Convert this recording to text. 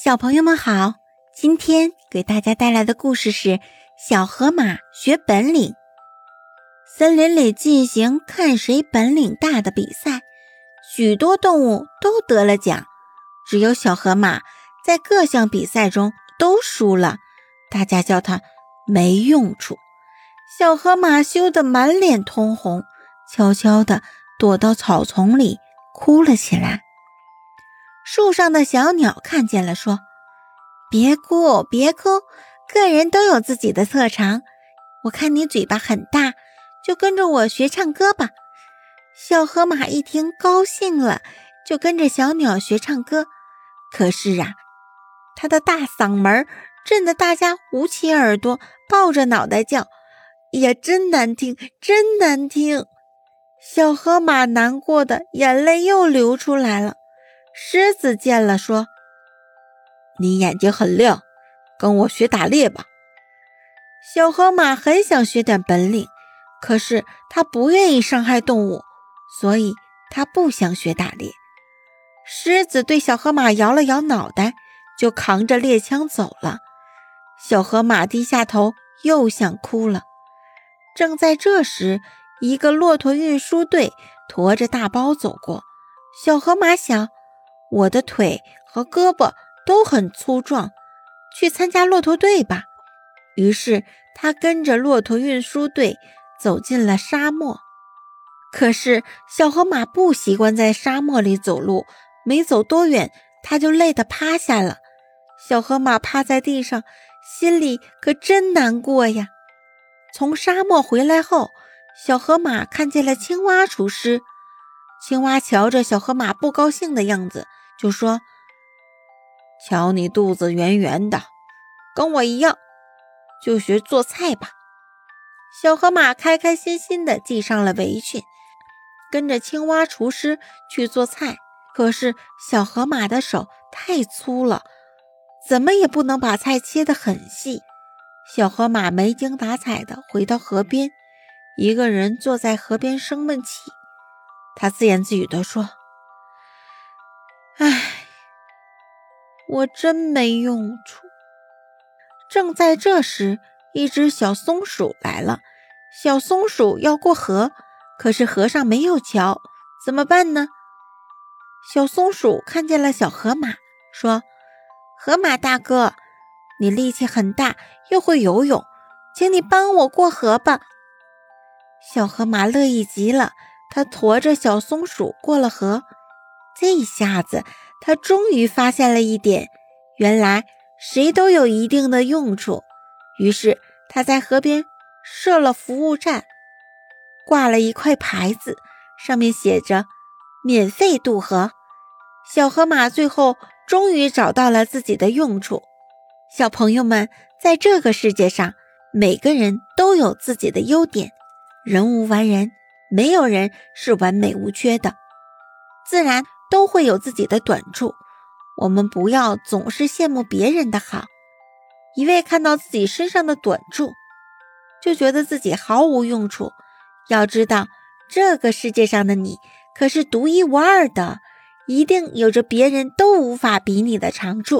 小朋友们好，今天给大家带来的故事是小河马学本领。森林里进行看谁本领大的比赛，许多动物都得了奖，只有小河马在各项比赛中都输了，大家叫它没用处。小河马羞得满脸通红，悄悄地躲到草丛里哭了起来。树上的小鸟看见了，说：别哭，别哭，个人都有自己的特长。我看你嘴巴很大，就跟着我学唱歌吧。小河马一听高兴了，就跟着小鸟学唱歌。可是啊，他的大嗓门震得大家捂起耳朵，抱着脑袋叫：呀，真难听，真难听！小河马难过的眼泪又流出来了。狮子见了说：你眼睛很亮，跟我学打猎吧。小河马很想学点本领，可是他不愿意伤害动物，所以他不想学打猎。狮子对小河马摇了摇脑袋，就扛着猎枪走了。小河马低下头，又想哭了。正在这时，一个骆驼运输队驮着大包走过。小河马想，我的腿和胳膊都很粗壮，去参加骆驼队吧。于是他跟着骆驼运输队走进了沙漠。可是小河马不习惯在沙漠里走路，没走多远他就累得趴下了。小河马趴在地上，心里可真难过呀。从沙漠回来后，小河马看见了青蛙厨师。青蛙瞧着小河马不高兴的样子，就说：瞧你肚子圆圆的，跟我一样，就学做菜吧。小河马开开心心地系上了围裙，跟着青蛙厨师去做菜。可是小河马的手太粗了，怎么也不能把菜切得很细。小河马没精打采地回到河边，一个人坐在河边生闷气。他自言自语地说：唉，我真没用处。正在这时，一只小松鼠来了。小松鼠要过河，可是河上没有桥，怎么办呢？小松鼠看见了小河马，说：河马大哥，你力气很大，又会游泳，请你帮我过河吧。小河马乐意极了，他驮着小松鼠过了河。这下子他终于发现了一点，原来谁都有一定的用处。于是他在河边设了服务站，挂了一块牌子，上面写着免费渡河。小河马最后终于找到了自己的用处。小朋友们，在这个世界上，每个人都有自己的优点，人无完人，没有人是完美无缺的，自然都会有自己的短处。我们不要总是羡慕别人的好，一味看到自己身上的短处，就觉得自己毫无用处。要知道，这个世界上的你可是独一无二的，一定有着别人都无法比拟的长处。